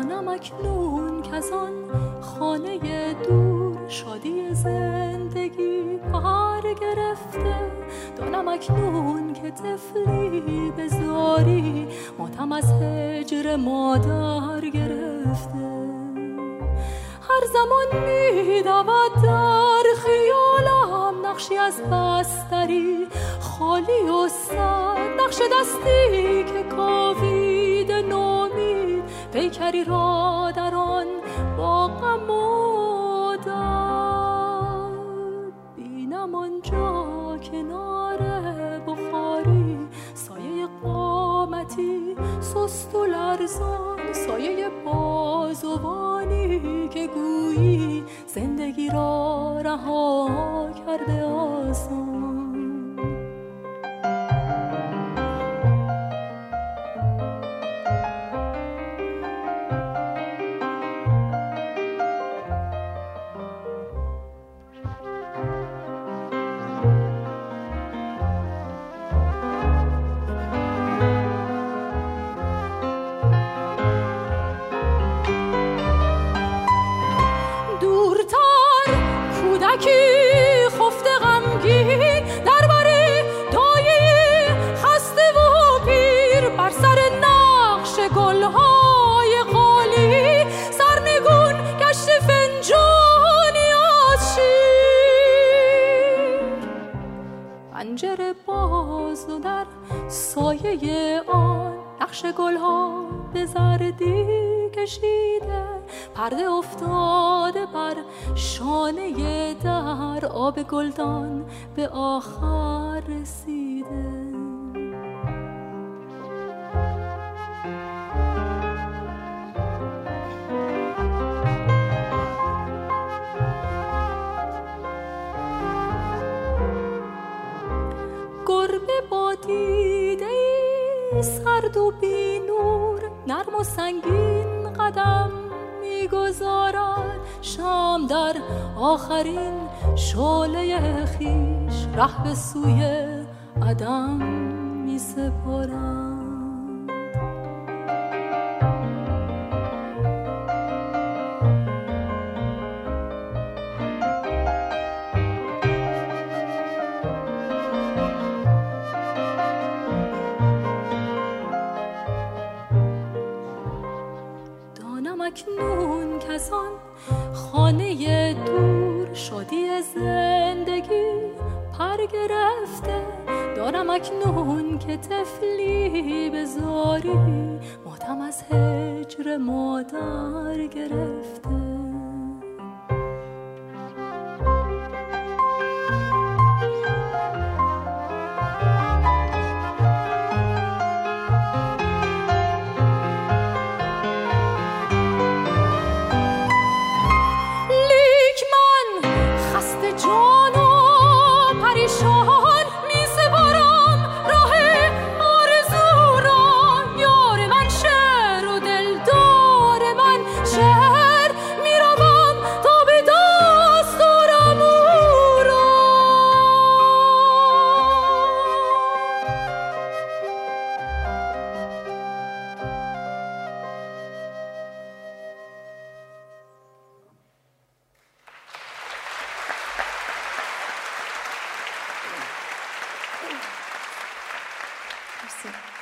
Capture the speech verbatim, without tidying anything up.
دانم اکنون که از آن خانه دور شادی زندگی پر گرفته. دانم اکنون که طفلی به زاری ماتم از هجر مادر گرفته. هر زمان می دود در خیالم نقشی از بستری خالی و سر، نقش دستی که کاوید نومید پیکری را در آن با غم و درد. بینم آنجا کنار بخاری سایه قامتی سست و لرزان، سایه بازوانی که گویی زندگی را رها کرده آسان. کی خفته غمگین در بر دایه خسته و پیر، بر سر نقش گلهای قالی سرنگون گشت فنجانی از شیر. پنجره باز و در سایه آن نقش گلها به زردی کشیده، پرده افتاده بر شانه در، آب گلدان به آخر رسیده. گربه با دیده سرد و بی نور نرم و سنگین قدم میگذارد. شام در آخرین شعله خیش ره به سوی عدم میسپارد. اکنون که از آن خانه دور شادی زندگی پر گرفته. دانم اکنون که طفلی به زاری ماتم از هجر مادر گرفته. Merci.